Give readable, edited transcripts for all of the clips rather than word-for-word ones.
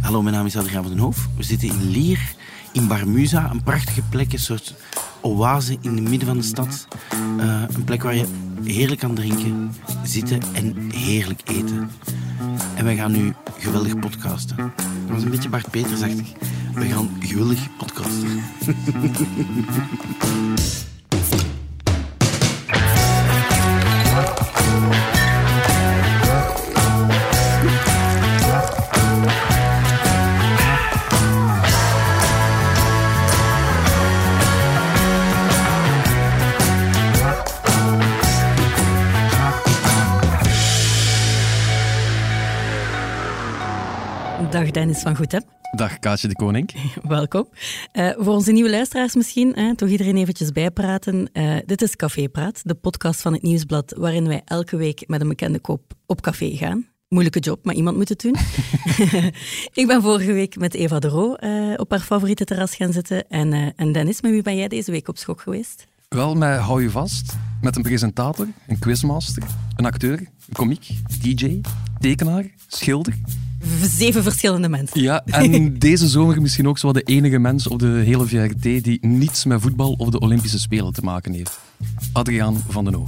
Hallo, mijn naam is Adriaan van den Hoof. We zitten in Lier, in Barmuza. Een prachtige plek, een soort oase in het midden van de stad. Een plek waar je heerlijk kan drinken, zitten en heerlijk eten. En wij gaan nu geweldig podcasten. Dat was een beetje Bart Petersachtig. We gaan geweldig podcasten. Dag Dennis van Goethem. Dag Kaatje de Koning. Welkom. Voor onze nieuwe luisteraars misschien, toch iedereen eventjes bijpraten. Dit is Café Praat, de podcast van het Nieuwsblad, waarin wij elke week met een bekende kop op café gaan. Moeilijke job, maar iemand moet het doen. Ik ben vorige week met Eva de Roo op haar favoriete terras gaan zitten. En Dennis, met wie ben jij deze week op schok geweest? Wel, met Hou je vast, met een presentator, een quizmaster, een acteur, een komiek, DJ, tekenaar, schilder. 7 verschillende mensen. Ja, en deze zomer misschien ook zo de enige mens op de hele VRT die niets met voetbal of de Olympische Spelen te maken heeft. Adriaan van den Hoof.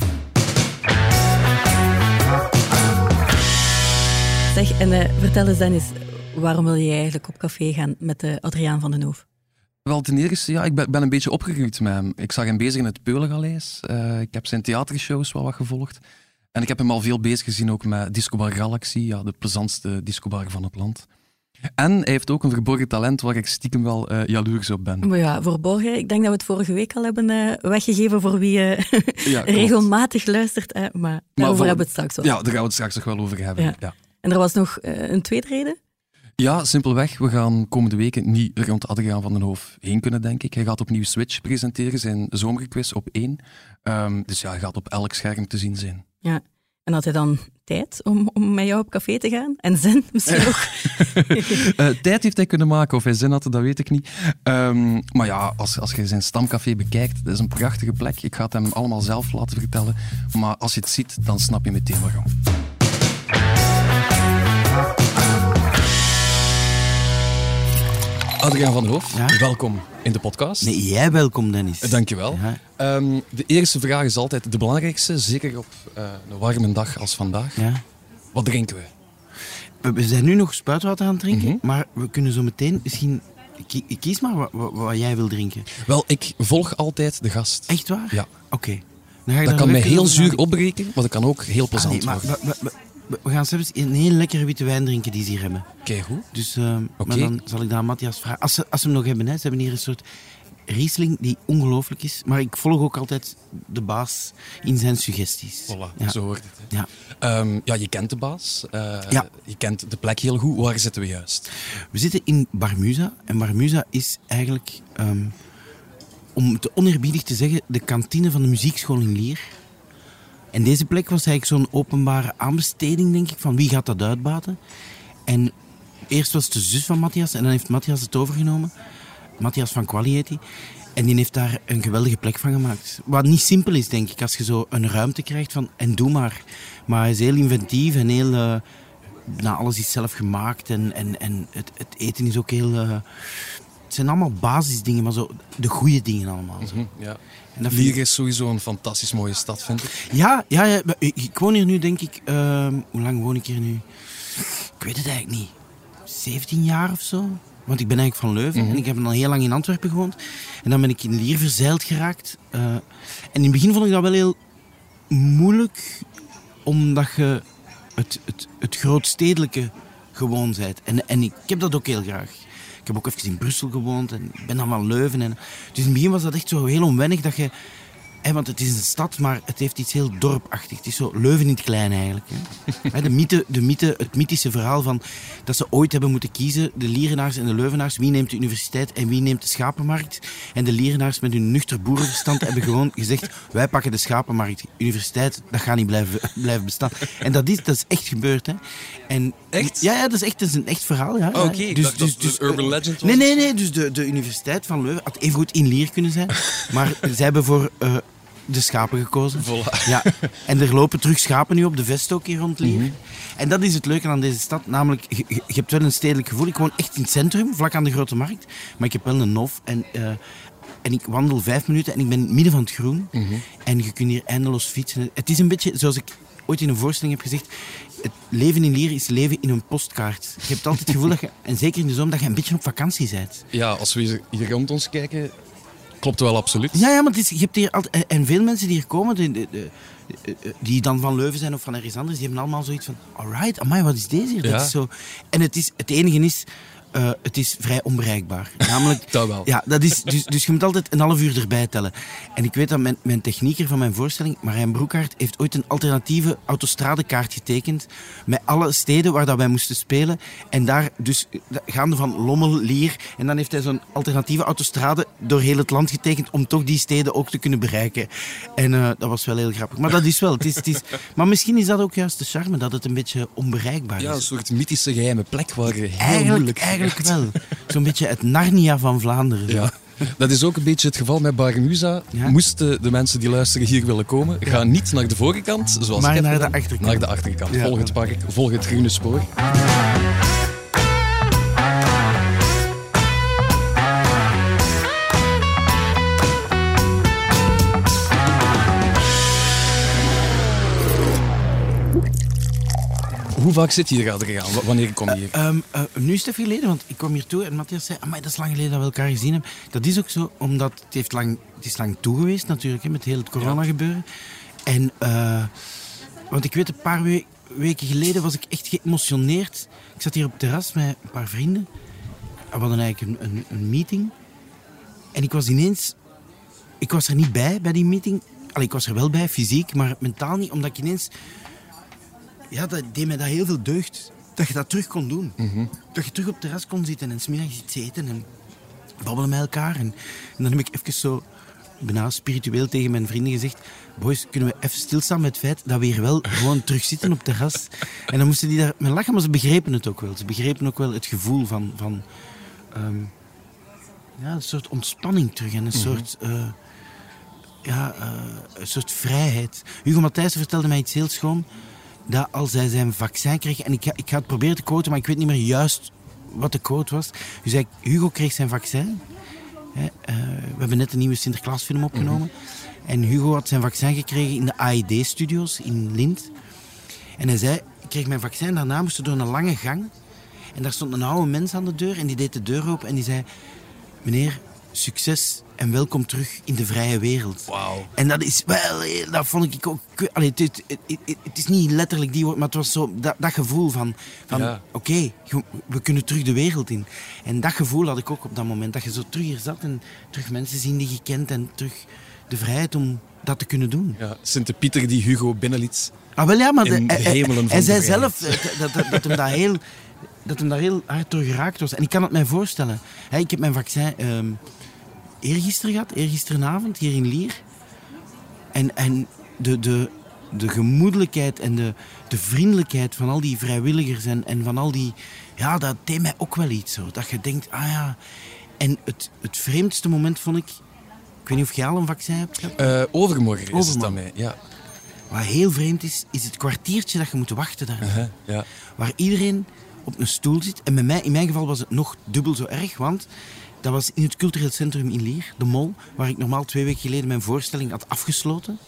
Zeg, en vertel eens Dennis, waarom wil je eigenlijk op café gaan met Adriaan van den Hoof? Wel, ten eerste, ja, ik ben een beetje opgegroeid met hem. Ik zag hem bezig in het Peulengaleis. Ik heb zijn theatershows wel wat gevolgd. En ik heb hem al veel bezig gezien ook met Discobar Galaxy, ja, de plezantste discobar van het land. En hij heeft ook een verborgen talent waar ik stiekem wel jaloers op ben. Maar ja, verborgen. Ik denk dat we het vorige week al hebben weggegeven voor wie regelmatig luistert. Maar daarover hebben we het straks wel. Ja, daar gaan we het straks nog wel over hebben. Ja. Ja. En er was nog een tweede reden? Ja, simpelweg. We gaan komende weken niet rond Adriaan van den Hoof heen kunnen, denk ik. Hij gaat opnieuw Switch presenteren, zijn zomerquiz op 1. Dus ja, hij gaat op elk scherm te zien zijn. Ja. En had hij dan tijd om met jou op café te gaan? En zin misschien ook? Tijd heeft hij kunnen maken, of hij zin had, dat weet ik niet. Maar ja, als je zijn stamcafé bekijkt, dat is een prachtige plek. Ik ga het hem allemaal zelf laten vertellen. Maar als je het ziet, dan snap je meteen waarom. Adriaan van den Hoof, Ja? welkom in de podcast. Nee, jij welkom, Dennis. Dankjewel. Ja. De eerste vraag is altijd de belangrijkste, zeker op een warme dag als vandaag. Ja. Wat drinken we? We zijn nu nog spuitwater aan het drinken, maar we kunnen zo meteen misschien... Kies maar wat jij wil drinken. Wel, ik volg altijd de gast. Echt waar? Ja. Oké. Dan ga ik Dat daar kan mij lekker heel over zuur nadenken. opbreken, maar dat kan ook heel plezant maar worden. we gaan zelfs een heel lekkere witte wijn drinken die ze hier hebben. Keigoed. Dus, Oké. Maar dan zal ik dat aan Matthias vragen. Als ze hem nog hebben, hè. Ze hebben hier een soort Riesling die ongelooflijk is. Maar ik volg ook altijd de baas in zijn suggesties. Voilà, Ja. zo hoort het. Ja. Ja, je kent de baas. Ja. Je kent de plek heel goed. Waar zitten we juist? We zitten in Barmuza. En Barmuza is eigenlijk, om het oneerbiedig te zeggen, de kantine van de muziekschool in Lier. En deze plek was eigenlijk zo'n openbare aanbesteding, denk ik, van wie gaat dat uitbaten. En eerst was het de zus van Matthias en dan heeft Matthias het overgenomen. Matthias van Quali heet hij. En die heeft daar een geweldige plek van gemaakt. Wat niet simpel is, denk ik, als je zo een ruimte krijgt van en doe maar. Maar hij is heel inventief en heel... alles is zelf gemaakt en het eten is ook heel... het zijn allemaal basisdingen, maar zo de goede dingen allemaal. Zo. Ja. En dat vind Lier is sowieso een fantastisch mooie stad, vind ik. Ja. Ik woon hier nu, denk ik... hoe lang woon ik hier nu? Ik weet het eigenlijk niet. 17 jaar of zo? Want ik ben eigenlijk van Leuven en ik heb al heel lang in Antwerpen gewoond. En dan ben ik in Lier verzeild geraakt. En in het begin vond ik dat wel heel moeilijk, omdat je het grootstedelijke gewoon bent. En ik heb dat ook heel graag. Ik heb ook even in Brussel gewoond en ik ben dan van Leuven. Dus in het begin was dat echt zo heel onwennig dat je... want het is een stad, maar het heeft iets heel dorpachtig. Het is zo Leuven in het klein eigenlijk. Hè. De mythe, het mythische verhaal van dat ze ooit hebben moeten kiezen, de Lierenaars en de Leuvenaars, wie neemt de universiteit en wie neemt de schapenmarkt. En de Lierenaars met hun nuchter boerenverstand hebben gewoon gezegd, wij pakken de schapenmarkt. Universiteit, dat gaat niet blijven bestaan. En dat is echt gebeurd. Hè. En, Echt? Ja, dat is een echt verhaal. Ja. Oké, dus urban legend was Nee, dus de Universiteit van Leuven had evengoed in Lier kunnen zijn. Maar zij hebben voor de schapen gekozen. Voilà. Ja. En er lopen terug schapen nu op de vest ook hier rond Lier. En dat is het leuke aan deze stad. Namelijk, je hebt wel een stedelijk gevoel. Ik woon echt in het centrum, vlak aan de Grote Markt. Maar ik heb wel een nof. En ik wandel 5 minuten en ik ben in het midden van het groen. En je kunt hier eindeloos fietsen. Het is een beetje, zoals ik ooit in een voorstelling heb gezegd... Het leven in Lier is leven in een postkaart. Je hebt altijd het gevoel, dat je, en zeker in de zomer, dat je een beetje op vakantie bent. Ja, als we hier rond ons kijken, klopt wel absoluut. Ja, maar je hebt hier altijd... En veel mensen die hier komen, die dan van Leuven zijn of van ergens anders, die hebben allemaal zoiets van... Alright, amai, wat is deze hier? Ja. Dat is zo... En het enige is... het is vrij onbereikbaar. Namelijk, Dat wel. Ja, dat is, dus je moet altijd een half uur erbij tellen. En ik weet dat mijn technieker van mijn voorstelling, Marijn Broekhaert, heeft ooit een alternatieve autostradekaart getekend met alle steden waar dat wij moesten spelen. En daar dus gaande van Lommel, Lier. En dan heeft hij zo'n alternatieve autostrade door heel het land getekend om toch die steden ook te kunnen bereiken. En dat was wel heel grappig. Maar dat is wel. Maar misschien is dat ook juist de charme, dat het een beetje onbereikbaar is. Ja, een soort mythische geheime plek waar je heel moeilijk... Eigenlijk wel. Zo'n beetje het Narnia van Vlaanderen. Ja. Dat is ook een beetje het geval met Barmusa. Ja. Moesten de mensen die luisteren hier willen komen, ga niet naar de voorkant, zoals Maar ik heb naar de gedaan. achterkant. Naar de achterkant. Ja. Volg het park, volg het groene spoor. Hoe vaak zit je hier, Adriaan? Wanneer kom je hier? Nu is het even geleden, want ik kwam hier toe en Matthias zei, amai, dat is lang geleden dat we elkaar gezien hebben. Dat is ook zo, omdat het is lang toe geweest natuurlijk, hè, met heel het corona-gebeuren. En, want ik weet, een paar weken geleden was ik echt geëmotioneerd. Ik zat hier op het terras met een paar vrienden. We hadden eigenlijk een meeting. En ik was er niet bij die meeting. Allee, ik was er wel bij, fysiek, maar mentaal niet, omdat ik ineens... Ja, dat deed mij dat heel veel deugd. Dat je dat terug kon doen. Dat je terug op het terras kon zitten en 's middags iets eten en babbelen met elkaar. En dan heb ik even zo bijna spiritueel tegen mijn vrienden gezegd, boys, kunnen we even stilstaan met het feit dat we hier wel gewoon terug zitten op het terras. En dan moesten die daar met lachen, maar ze begrepen het ook wel. Ze begrepen ook wel het gevoel van een soort ontspanning terug en een soort vrijheid. Hugo Matthijssen vertelde mij iets heel schoon, dat als hij zijn vaccin kreeg, en ik ga het proberen te quoten, maar ik weet niet meer juist wat de quote was. Dus Hugo kreeg zijn vaccin. We hebben net een nieuwe Sinterklaasfilm opgenomen. En Hugo had zijn vaccin gekregen in de AED-studio's in Lint. En hij zei, ik kreeg mijn vaccin, daarna moesten we door een lange gang. En daar stond een oude mens aan de deur en die deed de deur open en die zei, meneer, succes en welkom terug in de vrije wereld. Wauw. En dat is wel, dat vond ik ook... Allee, het is niet letterlijk die woord, maar het was zo dat gevoel van Ja. Oké, we kunnen terug de wereld in. En dat gevoel had ik ook op dat moment, dat je zo terug hier zat en terug mensen zien die je kent en terug de vrijheid om dat te kunnen doen. Ja, Sint-Pieter die Hugo binnenliet. Ah, wel ja, maar In de hemelen van hij de zei vrijheid. zelf dat hem daar heel hard door geraakt was. En ik kan het mij voorstellen. Ik heb mijn vaccin eergisteren gehad, eergisterenavond, hier in Lier. En de gemoedelijkheid en de vriendelijkheid van al die vrijwilligers en van al die... Ja, dat deed mij ook wel iets zo. Dat je denkt, ah ja... En het vreemdste moment vond ik... Ik weet niet of jij al een vaccin hebt gehad. Overmorgen is het dan mee. Ja. Wat heel vreemd is het kwartiertje dat je moet wachten daar. Ja. Waar iedereen op een stoel zit. En in mijn geval was het nog dubbel zo erg, want dat was in het cultureel centrum in Lier, de Mol, waar ik normaal 2 weken geleden mijn voorstelling had afgesloten.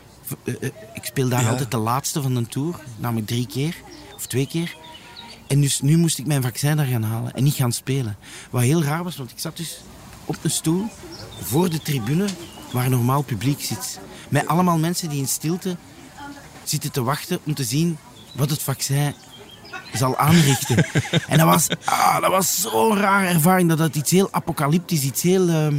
Ik speel daar altijd de laatste van de tour, namelijk 3 keer of 2 keer. En dus nu moest ik mijn vaccin daar gaan halen en niet gaan spelen. Wat heel raar was, want ik zat dus op een stoel voor de tribune waar normaal publiek zit. Met allemaal mensen die in stilte zitten te wachten om te zien wat het vaccin zal aanrichten. En dat was zo'n rare ervaring. Dat het iets heel apocalyptisch, iets heel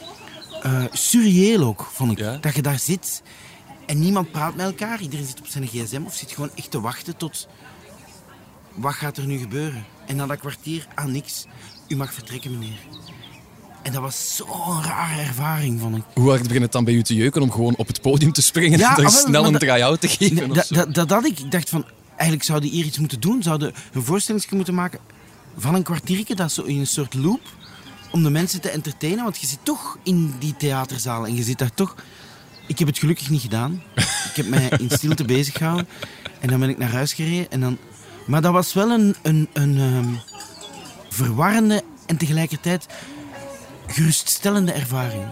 surreëel ook, vond ik. Ja? Dat je daar zit en niemand praat met elkaar. Iedereen zit op zijn gsm of zit gewoon echt te wachten tot... Wat gaat er nu gebeuren? En na dat kwartier, niks. U mag vertrekken, meneer. En dat was zo'n rare ervaring, vond ik. Hoe hard begint het dan bij u te jeuken om gewoon op het podium te springen en daar snel een try-out te geven? Dat had ik. Ik dacht van, eigenlijk zouden hier iets moeten doen. Zouden een voorstelling moeten maken van een kwartiertje, dat zo in een soort loop, om de mensen te entertainen. Want je zit toch in die theaterzaal en je zit daar toch... Ik heb het gelukkig niet gedaan. Ik heb mij in stilte bezig gehouden. En dan ben ik naar huis gereden. En dan... Maar dat was wel een verwarrende en tegelijkertijd geruststellende ervaring.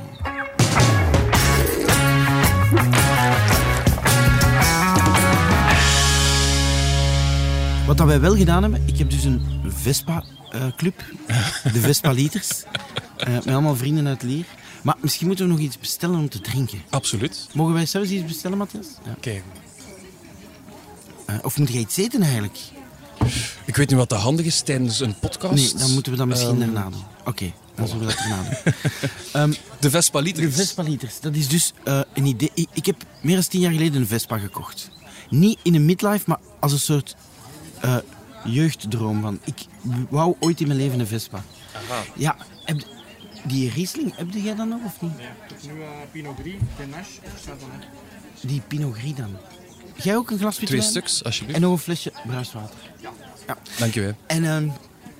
Wat dat wij wel gedaan hebben, ik heb dus een Vespa-club, de Vespa-liters, met allemaal vrienden uit Lier. Maar misschien moeten we nog iets bestellen om te drinken. Absoluut. Mogen wij zelfs iets bestellen, Matthias? Ja. Kijk. Of moet jij iets eten eigenlijk? Ik weet niet wat de handig is tijdens een podcast. Nee, dan moeten we dat misschien daarna doen. Oké, dan zullen we dat daarna doen. De Vespa liters. De Vespa-liters, dat is dus een idee. Ik heb meer dan 10 jaar geleden een Vespa gekocht. Niet in een midlife, maar als een soort jeugddroom. Van. Ik wou ooit in mijn leven een Vespa. Aha. Ja, die Riesling, heb jij dat nog of niet? Nee, ik heb nu Pinot Gris, Grenache, Chardonnay. Die Pinot Gris dan. Jij ook een glas witte 2 wijn? stuks, alsjeblieft. En nog een flesje bruiswater. Ja. Dank je wel. En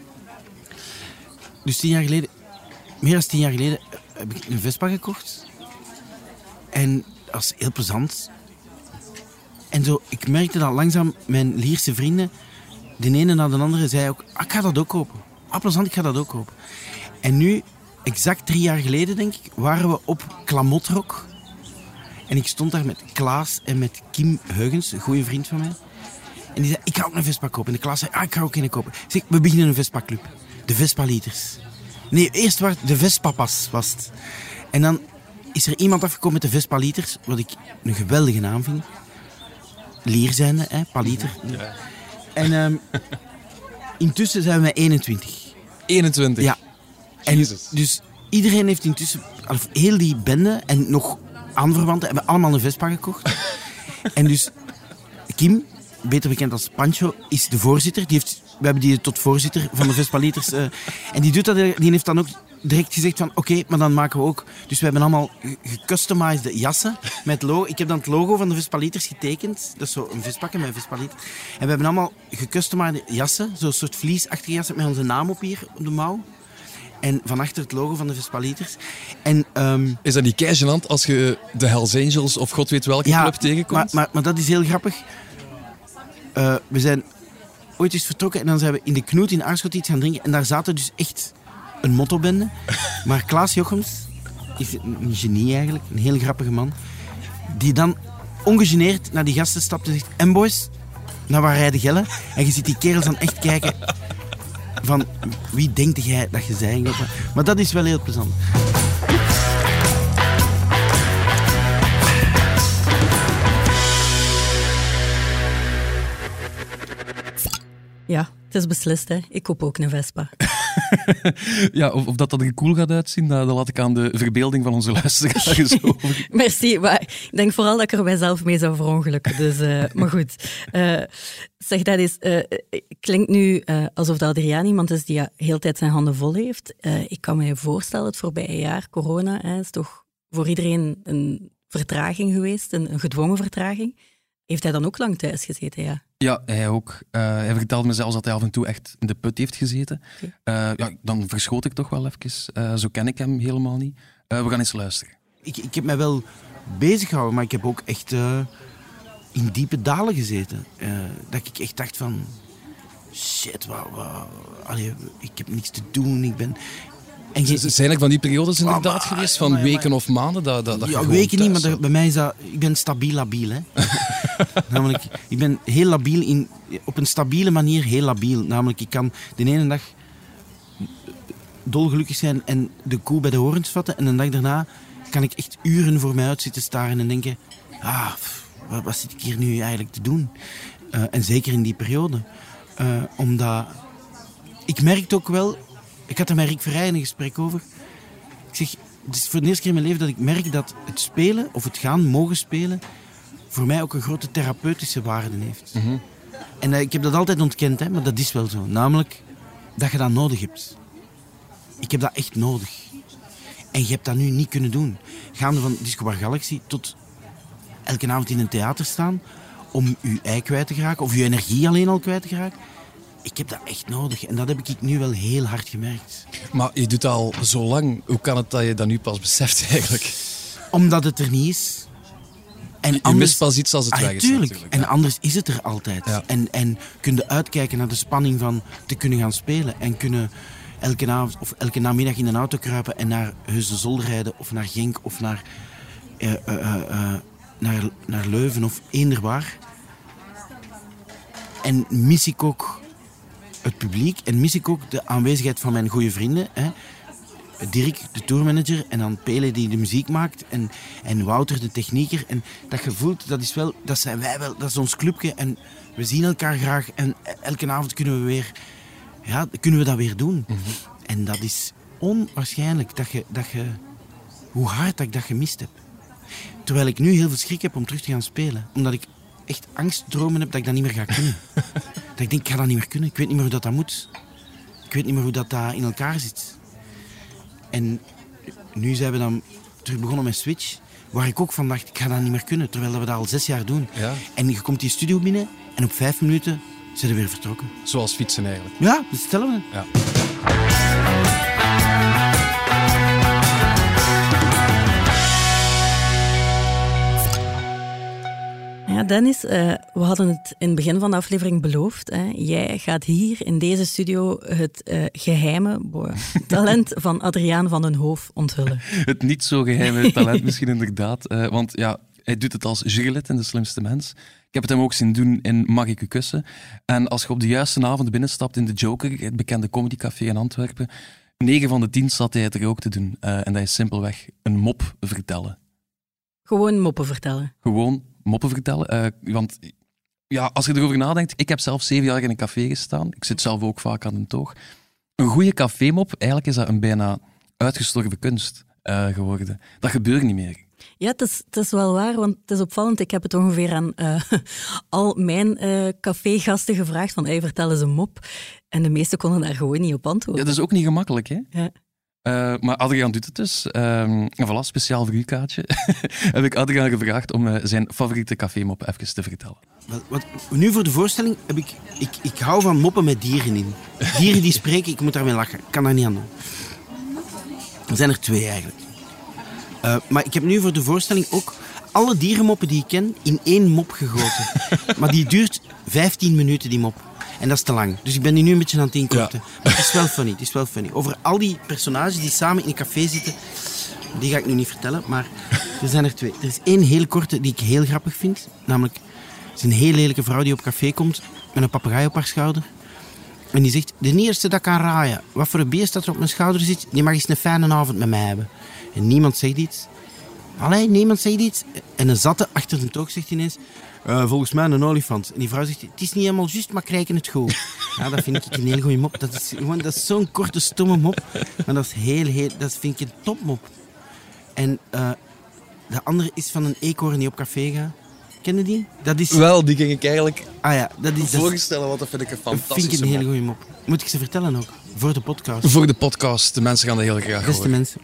dus 10 jaar geleden, meer dan 10 jaar geleden, heb ik een Vespa gekocht. En dat was heel plezant. En zo, ik merkte dat langzaam mijn Lierse vrienden, de ene na de andere, zei ook, ik ga dat ook kopen. Plezant, ik ga dat ook kopen. En nu, exact 3 jaar geleden, denk ik, waren we op Klamotrok. En ik stond daar met Klaas en met Kim Heugens, een goede vriend van mij. En die zei, ik ga ook een Vespa kopen. En de Klaas zei, ik ga ook een kopen. Ik zeg, we beginnen een Vespa-club. De Vespa-liters. Nee, eerst was de Vespa-pas was het. En dan is er iemand afgekomen met de Vespa-liters, wat ik een geweldige naam vind. Lier zijnde, paliter. Ja. En intussen zijn we met 21. 21? Ja. En Jezus. dus iedereen heeft intussen, heel die bende en nog aanverwanten, hebben allemaal een Vespa gekocht. En dus Kim, beter bekend als Pancho, is de voorzitter. We hebben die tot voorzitter van de Vespa-liters. En die heeft dan ook direct gezegd van oké, maar dan maken we ook... Dus we hebben allemaal gecustomized jassen met logo. Ik heb dan het logo van de Vespa-liters getekend. Dat is zo een Vespakke met een Vespa-liter. En we hebben allemaal gecustomized jassen, zo'n soort vliesachtige jassen met onze naam op hier, op de mouw. En van achter het logo van de Vespa-liters. En, is dat niet kei gênant als je de Hells Angels of god weet welke club tegenkomt? Maar dat is heel grappig. We zijn ooit eens vertrokken en dan zijn we in de Knoet in Aarschot iets gaan drinken. En daar zaten dus echt een mottobende. Maar Klaas Jochems is een genie eigenlijk, een heel grappige man. Die dan ongegeneerd naar die gasten stapt en zegt, en boys, naar waar rijden gellen? En je ziet die kerels dan echt kijken van, wie denkt jij dat je zei? Maar dat is wel heel plezant. Ja, het is beslist, hè. Ik koop ook een Vespa. Ja, of dat er cool gaat uitzien, dat laat ik aan de verbeelding van onze luisteraars over. Merci, maar ik denk vooral dat ik er mijzelf mee zou verongelukken. Dus, maar goed. Zeg, dat is... klinkt nu alsof dat Adriaan iemand is die heel tijd zijn handen vol heeft. Ik kan me voorstellen, het voorbije jaar, corona, is toch voor iedereen een vertraging geweest, een gedwongen vertraging. Heeft hij dan ook lang thuis gezeten, ja? Ja, hij ook. Hij vertelde me zelfs dat hij af en toe echt in de put heeft gezeten. Okay. Ja, dan verschoot ik toch wel even. Zo ken ik hem helemaal niet. We gaan eens luisteren. Ik heb mij wel bezig gehouden, maar ik heb ook echt in diepe dalen gezeten. Dat ik echt dacht van... Shit, allee, ik heb niks te doen, ik ben... Zijn er van die periodes inderdaad geweest? Van weken of maanden? Dat ja, weken niet, maar bij mij is dat... Ik ben labiel, hè. Namelijk, ik ben heel labiel, op een stabiele manier heel labiel. Namelijk, ik kan de ene dag dolgelukkig zijn en de koe bij de horens vatten. En de dag daarna kan ik echt uren voor mij uit zitten staren en denken... wat zit ik hier nu eigenlijk te doen? En zeker in die periode. Omdat... Ik merkte ook wel... Ik had er met Rick Verrijen een gesprek over. Ik zeg, het is voor de eerste keer in mijn leven dat ik merk dat het spelen, of het gaan mogen spelen, voor mij ook een grote therapeutische waarde heeft. Mm-hmm. En ik heb dat altijd ontkend, hè, maar dat is wel zo. Namelijk, dat je dat nodig hebt. Ik heb dat echt nodig. En je hebt dat nu niet kunnen doen. Gaande van Disco Bar Galaxy tot elke avond in een theater staan om je ei kwijt te geraken, of je energie alleen al kwijt te geraken. Ik heb dat echt nodig. En dat heb ik nu wel heel hard gemerkt. Maar je doet al zo lang. Hoe kan het dat je dat nu pas beseft eigenlijk? Omdat het er niet is. En Je mist pas iets als het weg is. Tuurlijk. Natuurlijk. En anders is het er altijd. Ja. En kun je uitkijken naar de spanning van te kunnen gaan spelen. En kunnen elke avond of elke namiddag in een auto kruipen en naar Heusden-Zolder rijden. Of naar Genk of naar Leuven of eenderwaar. En mis ik ook het publiek. En mis ik ook de aanwezigheid van mijn goede vrienden. Hè. Dirk, de tourmanager, en dan Pele die de muziek maakt en Wouter, de technieker. En dat je voelt, dat zijn wij wel, dat is ons clubje en we zien elkaar graag en elke avond kunnen we dat weer doen. Mm-hmm. En dat is onwaarschijnlijk hoe hard dat ik dat gemist heb. Terwijl ik nu heel veel schrik heb om terug te gaan spelen. Omdat ik echt angstdromen heb dat ik dat niet meer ga kunnen. Dat ik denk, ik ga dat niet meer kunnen. Ik weet niet meer hoe dat moet. Ik weet niet meer hoe dat in elkaar zit. En nu zijn we dan terug begonnen met Switch, waar ik ook van dacht, ik ga dat niet meer kunnen, terwijl we dat al 6 jaar doen. Ja. En je komt die studio binnen en op 5 minuten zijn we weer vertrokken. Zoals fietsen eigenlijk. Ja, dat stellen we. Ja. Ja, Dennis, we hadden het in het begin van de aflevering beloofd. Hè. Jij gaat hier in deze studio het geheime talent van Adriaan van den Hoof onthullen. Het niet zo geheime talent misschien inderdaad. Want ja, hij doet het als jurylid in De Slimste Mens. Ik heb het hem ook zien doen in Mag ik u kussen? En als je op de juiste avond binnenstapt in de Joker, het bekende comedycafé in Antwerpen, 9 van de 10 staat hij het er ook te doen. En dat is simpelweg een mop vertellen. Gewoon moppen vertellen? Gewoon moppen vertellen. Want ja, als je erover nadenkt, ik heb zelf 7 jaar in een café gestaan. Ik zit zelf ook vaak aan een toog. Een goede cafémop, eigenlijk is dat een bijna uitgestorven kunst geworden. Dat gebeurt niet meer. Ja, het is wel waar, want het is opvallend. Ik heb het ongeveer aan al mijn cafégasten gevraagd van vertel eens een mop. En de meesten konden daar gewoon niet op antwoorden. Ja, dat is ook niet gemakkelijk, hè? Ja. Maar Adriaan doet het dus. En voilà, speciaal voor u, Kaatje, heb ik Adriaan gevraagd om zijn favoriete cafémop even te vertellen. Nu voor de voorstelling heb ik hou van moppen met dieren in. Dieren die spreken, ik moet daarmee lachen. Ik kan daar niet aan doen. Er zijn er 2 eigenlijk. Maar ik heb nu voor de voorstelling ook alle dierenmoppen die ik ken in 1 mop gegoten. Maar die duurt 15 minuten, die mop. En dat is te lang. Dus ik ben die nu een beetje aan het inkorten. Ja. Maar het is wel funny. Over al die personages die samen in een café zitten, die ga ik nu niet vertellen, maar er zijn er 2. Er is 1 heel korte die ik heel grappig vind. Namelijk, er is een heel lelijke vrouw die op café komt met een papegaai op haar schouder. En die zegt, de eerste dat kan raaien wat voor een beest dat er op mijn schouder zit, die mag eens een fijne avond met mij hebben. En niemand zegt iets. Allee, niemand zegt iets. En een zatte achter de toog zegt ineens, volgens mij een olifant. En die vrouw zegt, het is niet helemaal juist, maar krijgen het goed. Ja, dat vind ik een heel goede mop. Dat is zo'n korte, stomme mop. Maar dat vind ik een topmop. En de andere is van een eekhoorn die op café gaat. Ken je die? Dat is... Wel, die ging ik eigenlijk voorstellen, want dat vind ik een fantastische vind ik een hele goede mop. Moet ik ze vertellen ook? Voor de podcast. Voor de podcast. De mensen gaan dat heel graag Beste horen. mensen.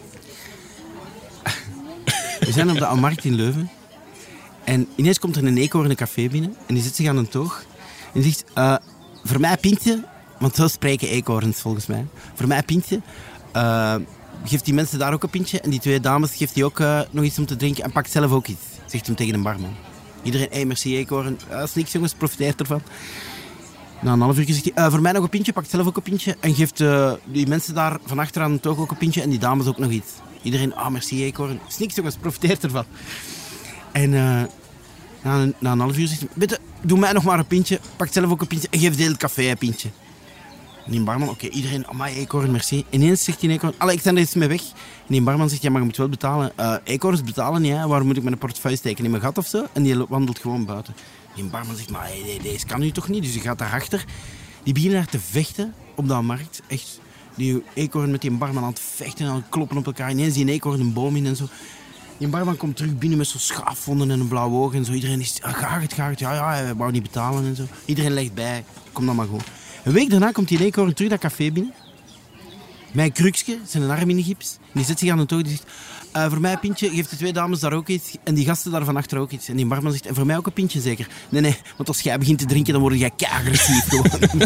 We zijn op de Almarkt in Leuven. En ineens komt er een eekhoorn in een café binnen. En die zit zich aan een toog. En die zegt, voor mij een pintje. Want zo spreken eekhoorns volgens mij. Voor mij een pintje. Geeft die mensen daar ook een pintje. En die 2 dames geeft die ook nog iets om te drinken. En pakt zelf ook iets. Zegt hem tegen een barman. Iedereen, hey, merci eekhoorn. Dat is niks jongens, profiteert ervan. Na een half uur zegt hij, voor mij nog een pintje. Pakt zelf ook een pintje. En geeft die mensen daar van achter aan de toog ook een pintje. En die dames ook nog iets. Iedereen, merci eekhoorn. Dat is niks jongens, profiteert ervan. En na een half uur zegt hij, bitte, doe mij nog maar een pintje. Pak zelf ook een pintje en geef het hele café een pintje. En die barman, oké, iedereen, amai, eekhoorn, merci. Ineens zegt die eekhoorn, allee, ik sta er eens mee weg. En die barman zegt, ja, maar je moet wel betalen. Eekhoorns betalen niet, hè. Waarom moet ik mijn portefeuille steken? In mijn gat of zo? En die wandelt gewoon buiten. Die barman zegt, maar deze kan nu toch niet? Dus die gaat daarachter. Die beginnen daar te vechten op de markt. Echt, die eekhoorn met die barman aan het vechten en aan het kloppen op elkaar. Ineens die eekhoorn een boom in en zo. Die barman komt terug binnen met zo'n schaafwonden en een blauw oog en zo. Iedereen is, ga het. Ja, hij wou niet betalen en zo. Iedereen legt bij, kom dan maar goed. Een week daarna komt die eekhoorn terug dat café binnen. Met een krukje, zijn arm in de gips. En die zet zich aan de toog. Die zegt, voor mij een pintje, geeft de 2 dames daar ook iets. En die gasten daar van achter ook iets. En die barman zegt, en voor mij ook een pintje zeker? Nee, want als jij begint te drinken, dan word jij kei-agressief gewoon.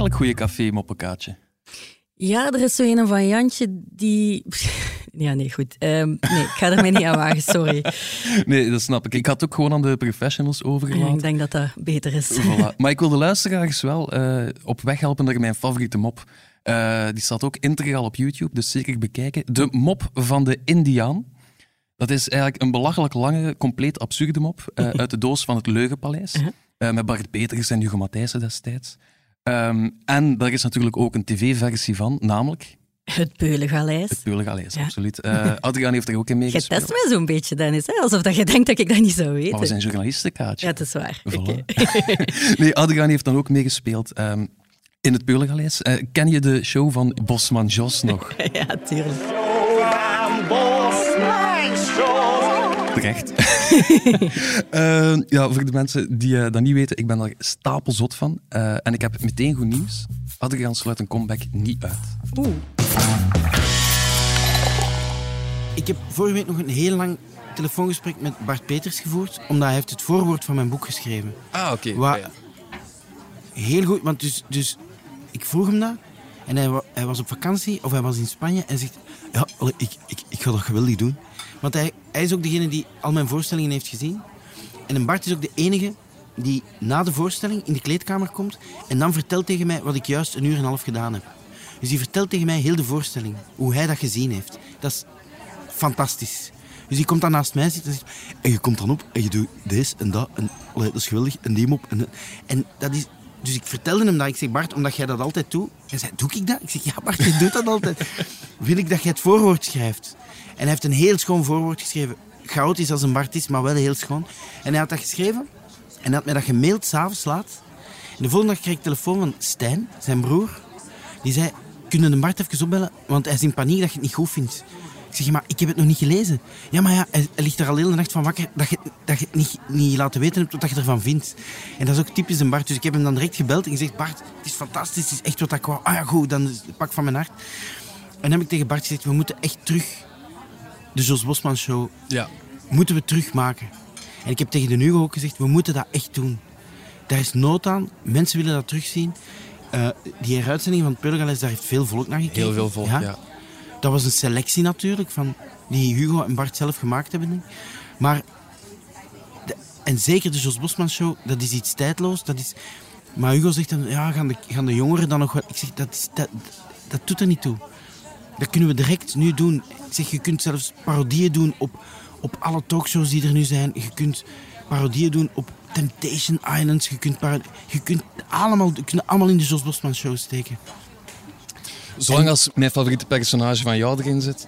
welk goede café-moppenkaatje? Ja, er is zo een van Jantje die... Ja, nee, goed. Nee, ik ga er mij niet aan wagen, sorry. Nee, dat snap ik. Ik had ook gewoon aan de professionals overgelaten. Ik denk dat dat beter is. Voilà. Maar ik wil de luisteraars wel op weg helpen naar mijn favoriete mop. Die staat ook integraal op YouTube, dus zeker bekijken. De mop van de Indiaan. Dat is eigenlijk een belachelijk lange, compleet absurde mop uit de doos van het Leugenpaleis. Met Bart Peters en Hugo Matthijssen destijds. En daar is natuurlijk ook een tv-versie van, namelijk... Het Peulengaleis. Het Peulengaleis, absoluut. Adriaan heeft er ook in Je meegespeeld. test mij zo'n beetje, Dennis. Hè? Alsof dat je denkt dat ik dat niet zou weten. Maar we zijn journalisten, Kaatje. Ja, dat is waar. Voilà. Okay. Nee, Adriaan heeft dan ook meegespeeld in het Peulengaleis. Ken je de show van Bosman Jos nog? Ja, tuurlijk. Terecht. Ja, voor de mensen die dat niet weten, ik ben daar stapelzot van. En ik heb meteen goed nieuws. Adriaan sluit een comeback niet uit. Oeh. Ik heb vorige week nog een heel lang telefoongesprek met Bart Peters gevoerd, omdat hij heeft het voorwoord van mijn boek geschreven. Ah, oké. Ja. Heel goed, want dus ik vroeg hem dat en hij was op vakantie of hij was in Spanje en hij zegt, ja, ik ga dat geweldig doen. Want hij is ook degene die al mijn voorstellingen heeft gezien. En Bart is ook de enige die na de voorstelling in de kleedkamer komt en dan vertelt tegen mij wat ik juist 1,5 uur gedaan heb. Dus die vertelt tegen mij heel de voorstelling, hoe hij dat gezien heeft. Dat is fantastisch. Dus die komt dan naast mij zitten en zegt, en je komt dan op en je doet deze en dat en dat is geweldig en die mop. En dat is... Dus ik vertelde hem dat. Ik zeg, Bart, omdat jij dat altijd doet. Hij zei, doe ik dat? Ik zeg, ja Bart, je doet dat altijd. Wil ik dat jij het voorwoord schrijft? En hij heeft een heel schoon voorwoord geschreven. Chaotisch als een Bart is, maar wel heel schoon. En hij had dat geschreven. En hij had mij dat gemaild, 's avonds laat. En de volgende dag kreeg ik telefoon van Stijn, zijn broer. Die zei, kunnen de Bart even opbellen? Want hij is in paniek dat je het niet goed vindt. Ik zeg, maar ik heb het nog niet gelezen. Ja, maar ja, hij ligt er al heel de nacht van wakker dat je het niet laten weten hebt wat je ervan vindt. En dat is ook typisch een Bart. Dus ik heb hem dan direct gebeld en gezegd, Bart, het is fantastisch, het is echt wat ik wou. Ah ja, goed, dan is het pak van mijn hart. En dan heb ik tegen Bart gezegd, we moeten echt terug de Jos Bosman Show moeten we terugmaken. En ik heb tegen de Hugo ook gezegd, we moeten dat echt doen. Daar is nood aan, mensen willen dat terugzien. Die heruitzending van het Peulengaleis, daar heeft veel volk naar gekeken. Heel veel volk, ja. Dat was een selectie natuurlijk, die Hugo en Bart zelf gemaakt hebben. Denk ik. Maar, en zeker de Jos Bosman Show, dat is iets tijdloos. Maar Hugo zegt dan, ja, gaan de jongeren dan nog wel... Ik zeg, dat doet er niet toe. Dat kunnen we direct nu doen. Ik zeg, je kunt zelfs parodieën doen op alle talkshows die er nu zijn. Je kunt parodieën doen op Temptation Islands. Je kunt allemaal in de Jos Bosman Show steken. Zolang als mijn favoriete personage van jou erin zit.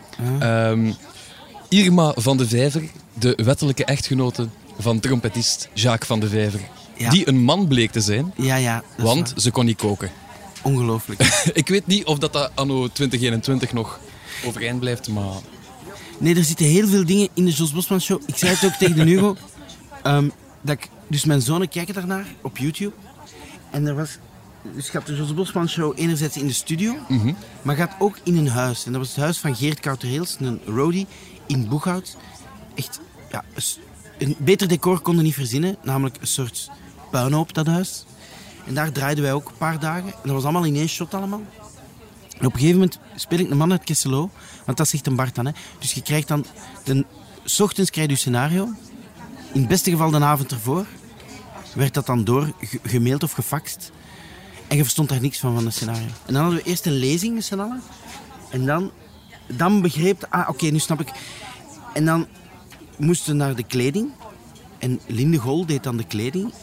Irma van de Vijver, de wettelijke echtgenote van trompetist Jacques van de Vijver. Ja. Die een man bleek te zijn, want ze kon niet koken. Ongelooflijk. Ik weet niet of dat anno 2021 nog overeind blijft, maar... Nee, er zitten heel veel dingen in de Jos Bosman Show. Ik zei het ook tegen de Hugo. Dus mijn zonen kijken daarnaar op YouTube. En er was... Dus gaat de Jos Bosman Show enerzijds in de studio, maar gaat ook in een huis. En dat was het huis van Geert Kouterheels, een roadie in Boeghout. Echt, ja, een beter decor konden niet verzinnen, namelijk een soort puinhoop, dat huis. En daar draaiden wij ook een paar dagen. En dat was allemaal in één shot allemaal. En op een gegeven moment speel ik een man uit Kesselo, want dat zegt een Bart dan. Hè. Dus je krijgt dan, 's ochtends krijg je scenario. In het beste geval de avond ervoor werd dat dan doorgemaild of gefaxt. En je verstond daar niks van het scenario. En dan hadden we eerst een lezing met z'n allen. En dan begreep je... Oké, nu snap ik. En dan moesten we naar de kleding. En Linde Gol deed dan de kleding.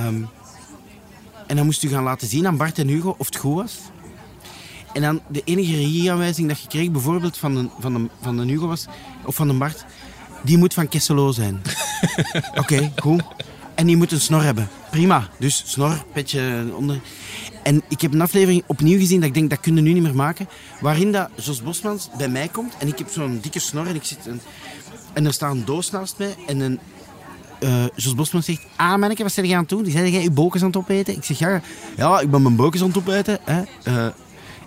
En dan moest u gaan laten zien aan Bart en Hugo of het goed was. En dan de enige regieaanwijzing dat je kreeg, bijvoorbeeld van de Hugo was, of van de Bart, die moet van Kesselo zijn. Oké, goed. En die moet een snor hebben. Prima. Dus snor, petje onder... En ik heb een aflevering opnieuw gezien dat ik denk, dat kunnen we nu niet meer maken. Waarin dat Jos Bosmans bij mij komt. En ik heb zo'n dikke snor en ik zit... En er staat een doos naast mij. En Jos Bosmans zegt... Manneke, wat ben je aan het doen? Die zei, jij je bokens aan het opeten? Ik zeg, ja, ik ben mijn bokens aan het opeten. Hè?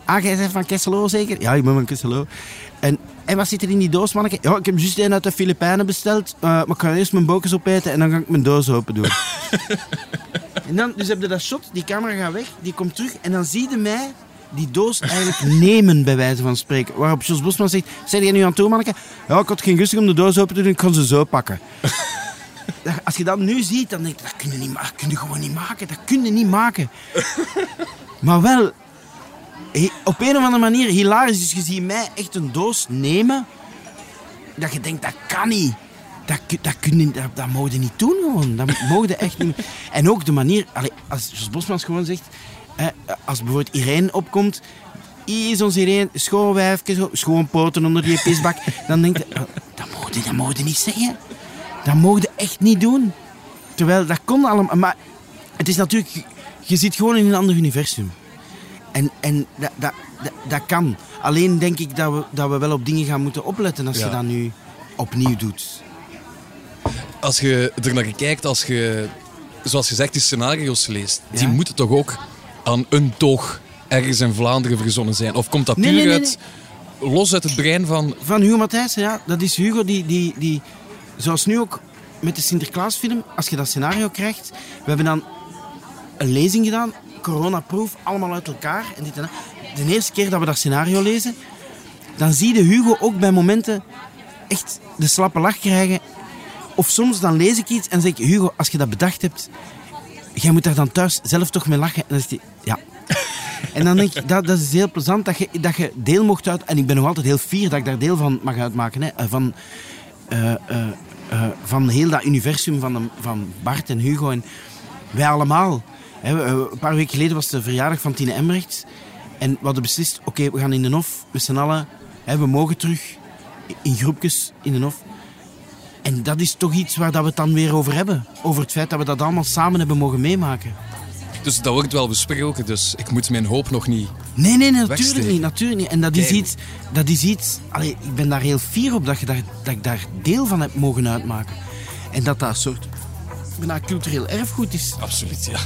jij bent van Kesselo zeker? Ja, ik ben van Kesselo. En wat zit er in die doos, manneke? Ja, ik heb juist een uit de Filipijnen besteld. Maar ik ga eerst mijn bokens opeten en dan ga ik mijn doos open doen. En dan, dus heb je dat shot, die camera gaat weg, die komt terug. En dan zie je mij die doos eigenlijk nemen, bij wijze van spreken. Waarop Jos Bosman zegt, zeg jij nu aan het doen, manneke? Ja, ik had geen gusting om de doos open te doen, ik kon ze zo pakken. Als je dat nu ziet, dan denk je, dat kun je gewoon niet maken. Dat kun je niet maken. Maar wel, op een of andere manier, hilarisch. Dus je ziet mij echt een doos nemen, dat je denkt, dat kan niet. Dat mogen je niet doen gewoon. Dat mogen je echt niet. En ook de manier, als Jos Bosmans gewoon zegt, als bijvoorbeeld Irene opkomt, hier is ons Irene, schoon wijfje, schoon poten onder die pisbak, dan denk je, dat mogen je niet zeggen. Dat mogen je echt niet doen. Terwijl, dat kon allemaal. Maar het is natuurlijk, je zit gewoon in een ander universum. En dat kan. Alleen denk ik dat we wel op dingen gaan moeten opletten als je dat nu opnieuw doet. Als je er naar kijkt, als je, zoals gezegd, die scenario's leest, die moeten toch ook aan een toog ergens in Vlaanderen verzonnen zijn? Of komt dat puur los uit het brein van... Van Hugo Matthijssen, ja. Dat is Hugo die zoals nu ook met de Sinterklaasfilm, als je dat scenario krijgt, we hebben dan een lezing gedaan, coronaproof, allemaal uit elkaar. En dit en dat. De eerste keer dat we dat scenario lezen, dan zie je Hugo ook bij momenten echt de slappe lach krijgen. Of soms dan lees ik iets en zeg ik, Hugo, als je dat bedacht hebt, jij moet daar dan thuis zelf toch mee lachen. En dan is hij, ja. En dan denk ik, dat is heel plezant dat je deel mocht uit... En ik ben nog altijd heel fier dat ik daar deel van mag uitmaken. Hè, van heel dat universum van Bart en Hugo. En wij allemaal. Hè, een paar weken geleden was de verjaardag van Tine Embrechts. En we hadden beslist, oké, we gaan in de Hof met z'n allen. Hè, we mogen terug in groepjes in de Hof. En dat is toch iets waar dat we het dan weer over hebben. Over het feit dat we dat allemaal samen hebben mogen meemaken. Dus dat wordt wel besproken, dus ik moet mijn hoop nog niet Nee, natuurlijk niet. En dat is iets... Allee, ik ben daar heel fier op dat ik daar deel van heb mogen uitmaken. En dat een soort cultureel erfgoed is. Absoluut, ja.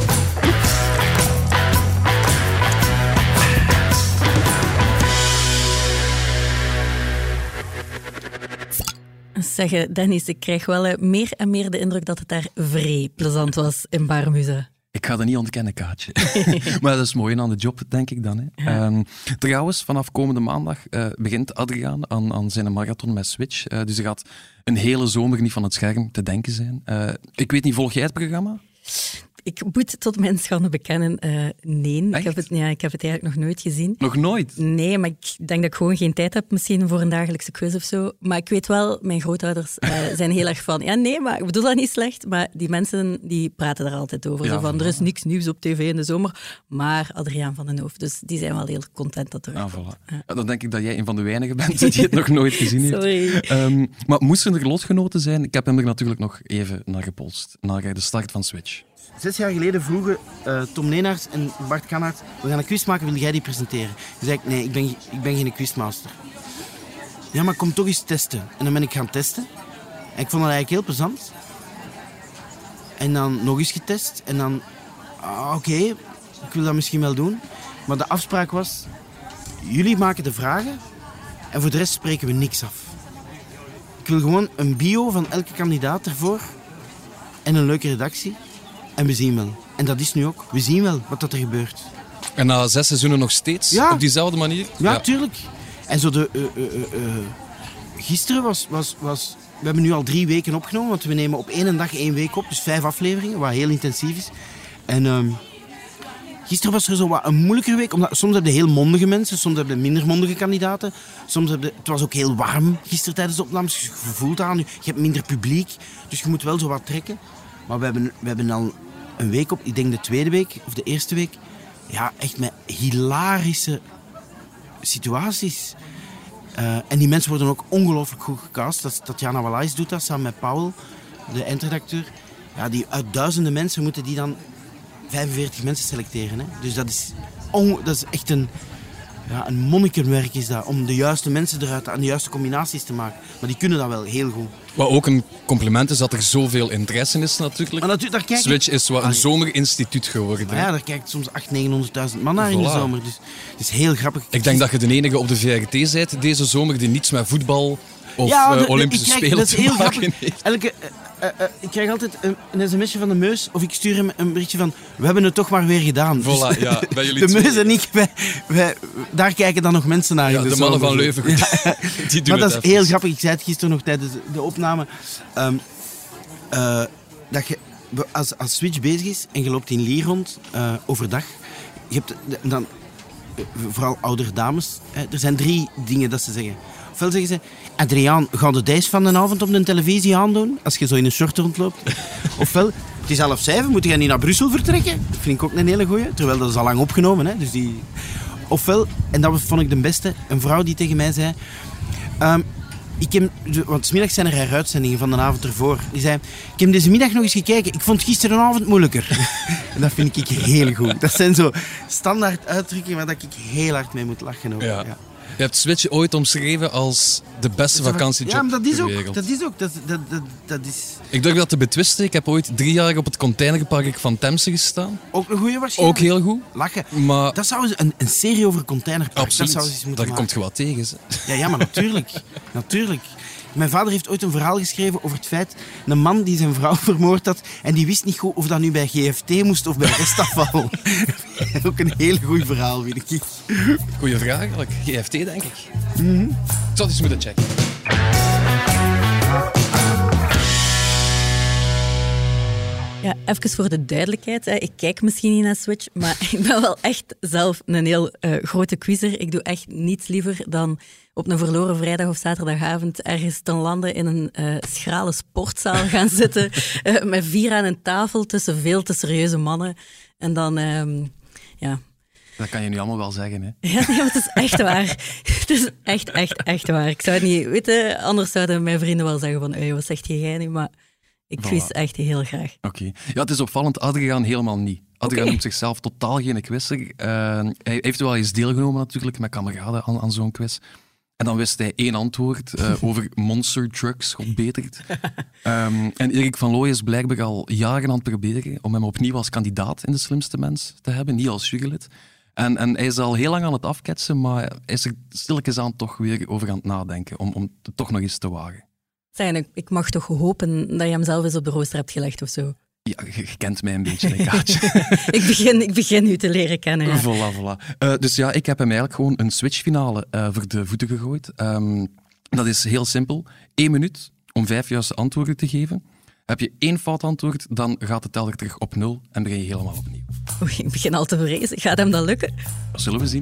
Zeg, Dennis, ik krijg wel meer en meer de indruk dat het daar vrij plezant was in Baarmuze. Ik ga dat niet ontkennen, Kaatje. Maar dat is mooi aan de job, denk ik dan. Hè. Ja. Trouwens, vanaf komende maandag begint Adriaan aan zijn marathon met Switch. Dus er gaat een hele zomer niet van het scherm te denken zijn. Ik weet niet, volg jij het programma? Ik moet tot mijn schande bekennen, nee. Ik heb het eigenlijk nog nooit gezien. Nog nooit? Nee, maar ik denk dat ik gewoon geen tijd heb misschien voor een dagelijkse quiz of zo. Maar ik weet wel, mijn grootouders zijn heel erg van... Ja, nee, maar ik bedoel dat niet slecht. Maar die mensen die praten daar altijd over. Ja, zo van, er is niks nieuws op tv in de zomer. Maar Adriaan van den Hoof, dus die zijn wel heel content dat er is. Voilà. Ja. Dan denk ik dat jij een van de weinigen bent die het nog nooit gezien heeft. Sorry. Maar moesten er lotgenoten zijn? Ik heb hem er natuurlijk nog even naar gepolst. Naar de start van Switch. 6 jaar geleden vroegen Tom Leenaerts en Bart Kannaert, we gaan een quiz maken, wil jij die presenteren? Toen zei ik, nee, ik ben geen quizmaster. Ja, maar kom toch eens testen. En dan ben ik gaan testen. En ik vond dat eigenlijk heel plezant. En dan nog eens getest. En dan, oké, ik wil dat misschien wel doen. Maar de afspraak was, jullie maken de vragen en voor de rest spreken we niks af. Ik wil gewoon een bio van elke kandidaat ervoor en een leuke redactie. En we zien wel. En dat is nu ook. We zien wel wat er gebeurt. En na 6 seizoenen nog steeds? Ja. Op diezelfde manier? Ja, tuurlijk. En zo gisteren was... We hebben nu al 3 weken opgenomen, want we nemen op 1 dag 1 week op. Dus 5 afleveringen, wat heel intensief is. En gisteren was er zo wat een moeilijkere week. Omdat soms heb je heel mondige mensen, soms heb je minder mondige kandidaten. Het was ook heel warm gisteren tijdens de opnames. Dus je voelt aan, je hebt minder publiek. Dus je moet wel zo wat trekken. Maar we hebben al een week op, ik denk de tweede week of de eerste week, ja, echt met hilarische situaties. En die mensen worden ook ongelooflijk goed gecast. Tatjana Walais doet dat samen met Paul, de eindredacteur. Ja, die uit duizenden mensen moeten die dan 45 mensen selecteren. Hè. Dus dat is echt een Ja, een monnikenwerk is dat, om de juiste mensen eruit en de juiste combinaties te maken. Maar die kunnen dat wel heel goed. Wat ook een compliment is dat er zoveel interesse is natuurlijk. Maar daar kijken... Switch is wat een zomerinstituut geworden. Maar ja, daar kijkt soms 800.000-900.000 man naar in de zomer. Dus het is heel grappig. Ik denk dat je de enige op de VRT bent deze zomer die niets met voetbal of Olympische Spelen te maken heeft. Ik krijg altijd een sms'je van de Meus of ik stuur hem een berichtje van we hebben het toch maar weer gedaan. Voilà, dus, ja, bij jullie de Meus en ik, daar kijken dan nog mensen naar. Ja, in de mannen van Leuven. Ja. Die doen maar dat het is heel grappig. Ik zei het gisteren nog tijdens de opname. Dat je, als Switch bezig is en je loopt in Lier rond overdag, je hebt dan vooral oudere dames. Er zijn 3 dingen dat ze zeggen. Ofwel zeggen ze, Adriaan, ga de dijs van de avond op de televisie aandoen, als je zo in een short rondloopt. Ofwel, het is 6:30, moet jij niet naar Brussel vertrekken? Dat vind ik ook een hele goeie, terwijl dat is al lang opgenomen. Hè? Dus die... Ofwel, en dat vond ik de beste, een vrouw die tegen mij zei... want 's middags zijn er heruitzendingen van de avond ervoor. Die zei, ik heb deze middag nog eens gekeken, ik vond gisteravond moeilijker. En dat vind ik heel goed. Dat zijn zo standaard uitdrukkingen waar ik heel hard mee moet lachen over. Ja. Je hebt Switch ooit omschreven als de beste vakantiejob ja, maar dat is ter ook, wereld. dat is... Ik durf dat te betwisten. Ik heb ooit 3 jaar op het containerpark van Temse gestaan. Ook een goeie waarschijnlijk. Ook heel goed. Lachen. Maar Dat zou een serie over containerpark. absoluut, Dat zou eens moeten daar komt je wat tegen. Hè. Ja, maar natuurlijk. Natuurlijk. Mijn vader heeft ooit een verhaal geschreven over het feit... Een man die zijn vrouw vermoord had... en die wist niet goed of dat nu bij GFT moest of bij restafval. Ook een heel goed verhaal, vind ik. Goeie vraag eigenlijk. GFT, denk ik. Ik zal het eens moeten checken. Ja, even voor de duidelijkheid. Ik kijk misschien niet naar Switch, maar ik ben wel echt zelf een heel grote quizzer. Ik doe echt niets liever dan op een verloren vrijdag of zaterdagavond ergens ten lande in een schrale sportzaal gaan zitten met 4 aan een tafel tussen veel te serieuze mannen. En dan, ja... Dat kan je nu allemaal wel zeggen, hè? Ja, nee, maar het is echt waar. Het is echt waar. Ik zou het niet weten, anders zouden mijn vrienden wel zeggen van wat zegt jij nu, maar... Ik quiz echt heel graag. Oké. Ja, het is opvallend. Adriaan helemaal niet. Adriaan noemt zichzelf totaal geen quizzer. Hij heeft wel eens deelgenomen natuurlijk met kameraden aan zo'n quiz. En dan wist hij 1 antwoord over monster trucks, God betert. En Erik van Looy is blijkbaar al jaren aan het proberen om hem opnieuw als kandidaat in De Slimste Mens te hebben, niet als jurylid. En hij is al heel lang aan het afketsen, maar hij is er stilletjes aan toch weer over aan het nadenken om het toch nog eens te wagen. Ik mag toch hopen dat je hem zelf eens op de rooster hebt gelegd of zo? Ja, je kent mij een beetje, Kaatje. ik begin u te leren kennen. Ja. Voilà. Dus ja, ik heb hem eigenlijk gewoon een Switch-finale voor de voeten gegooid. Dat is heel simpel. 1 minuut om 5 juiste antwoorden te geven. Heb je 1 fout antwoord, dan gaat de teller terug op 0 en begin je helemaal opnieuw. Oei, ik begin al te vrezen. Gaat hem dat lukken? Dat zullen we zien.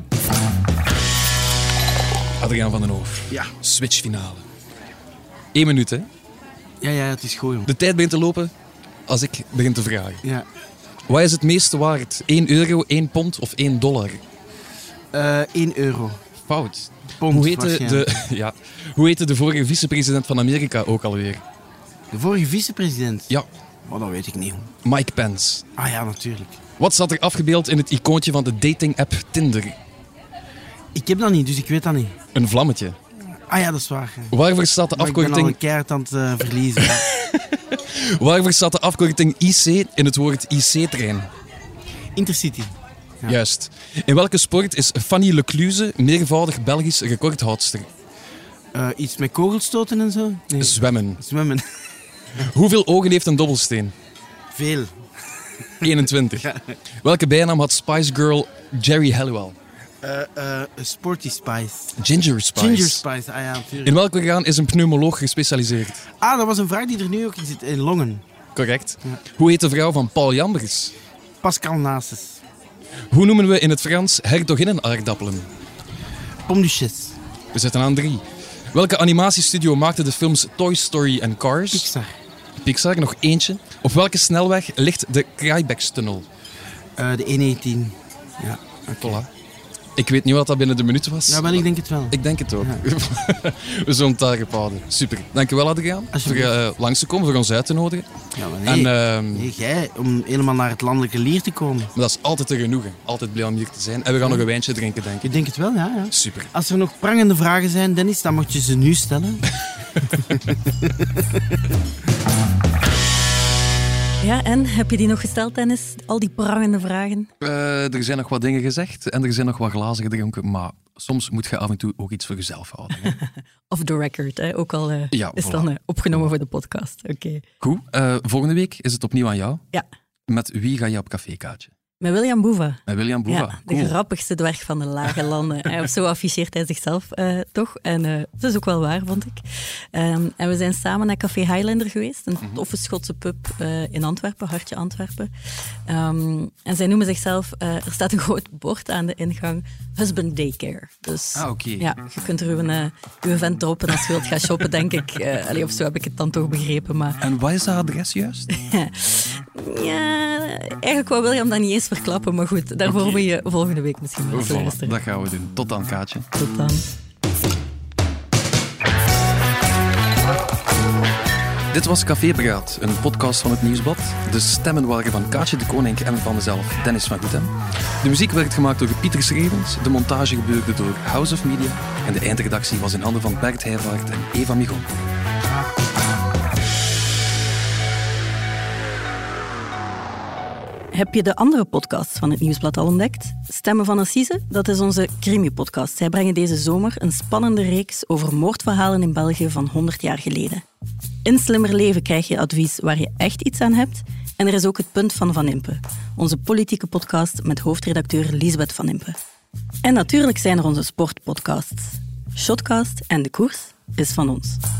Adriaan van den Hoof. Ja. Switch-finale. 1 minuut, hè? Ja, het is goed, jong. De tijd begint te lopen als ik begin te vragen. Ja. Wat is het meeste waard? 1 euro, 1 pond of 1 dollar? 1 euro. Fout. Pond, Hoe heette de vorige vicepresident van Amerika ook alweer? De vorige vicepresident? Ja, Oh, dat weet ik niet. Mike Pence. Ah ja, natuurlijk. Wat staat er afgebeeld in het icoontje van de dating-app Tinder? Ik heb dat niet, dus ik weet dat niet. Een vlammetje. Ah ja, dat is waar. Ja. Waarvoor staat de Maar ik ben al afkorting... een keihard aan het verliezen. Ja. Waarvoor staat de afkorting IC in het woord IC-trein? Intercity. Ja. Juist. In welke sport is Fanny Lecluze meervoudig Belgisch recordhoudster? Iets met kogelstoten en zo? Nee. Zwemmen. Zwemmen. Hoeveel ogen heeft een dobbelsteen? Veel. 21. Welke bijnaam had Spice Girl Jerry Halliwell? Sporty Spice. Ginger Spice. Ginger Spice, ah ja, natuurlijk. In welk orgaan is een pneumoloog gespecialiseerd? Ah, dat was een vraag die er nu ook in zit. In Longen. Correct. Ja. Hoe heet de vrouw van Paul Jambers? Pascal Naces. Hoe noemen we in het Frans hertoginnenaardappelen? Pomme duchesse. We zitten aan 3. Welke animatiestudio maakte de films Toy Story en Cars? Pixar. Pixar, nog eentje. Op welke snelweg ligt de Kraaibeekstunnel? De 118. Ja. Voilà. Ik weet niet wat dat binnen de minuut was. Ja, maar ik denk het wel. Ik denk het ook. Ja. We zullen het daar houden. Super. Dankjewel, Adriaan, voor langs te komen, voor ons uit te nodigen. Ja, maar nee. En, Nee, jij, om helemaal naar het landelijke Lier te komen. maar dat is altijd te genoegen. Altijd blij om hier te zijn. En we gaan nog een wijntje drinken, denk ik. Ik denk het wel, ja. Super. Als er nog prangende vragen zijn, Dennis, dan moet je ze nu stellen. Ja, en heb je die nog gesteld, Dennis? Al die prangende vragen? Er zijn nog wat dingen gezegd en er zijn nog wat glazen gedronken, maar soms moet je af en toe ook iets voor jezelf houden. Hè. Off the record, hè? Ook al Ja, is voilà. dan opgenomen voor de podcast. Oké. Goed, volgende week is het opnieuw aan jou. Ja, Met wie ga je op café, Kaatje? met William Boeva. Met William Boeva. Ja, de Cool. grappigste dwerg van de lage landen. Of zo afficheert hij zichzelf toch. En dat is ook wel waar, vond ik. En we zijn samen naar Café Highlander geweest. Een toffe Schotse pub in Antwerpen, Hartje Antwerpen. En zij noemen zichzelf... er staat een groot bord aan de ingang. Husband Daycare. Dus Oké. ja, je kunt er uw vent droppen als je wilt gaan shoppen, denk ik. Allee, of zo heb ik het dan toch begrepen. Maar En wat is dat adres juist? ja, eigenlijk wou William dat niet eens verklappen. Maar goed, daarvoor moet je volgende week misschien wel eens Voilà, luisteren. dat gaan we doen. Tot dan, Kaatje. Tot dan. Dit was Café Praat, een podcast van het Nieuwsblad. De stemmen waren van Kaatje de Koning en van mezelf, Dennis van Goethem. De muziek werd gemaakt door Pieter Schrevens, de montage gebeurde door House of Media en de eindredactie was in handen van Bert Heijvaart en Eva Migon. Heb je de andere podcasts van het Nieuwsblad al ontdekt? Stemmen van Assise, dat is onze crimi-podcast. Zij brengen deze zomer een spannende reeks over moordverhalen in België van 100 jaar geleden. In Slimmer Leven krijg je advies waar je echt iets aan hebt. En er is ook het Punt van Van Impe, onze politieke podcast met hoofdredacteur Liesbeth Van Impe. En natuurlijk zijn er onze sportpodcasts. Shotcast en De Koers is van ons.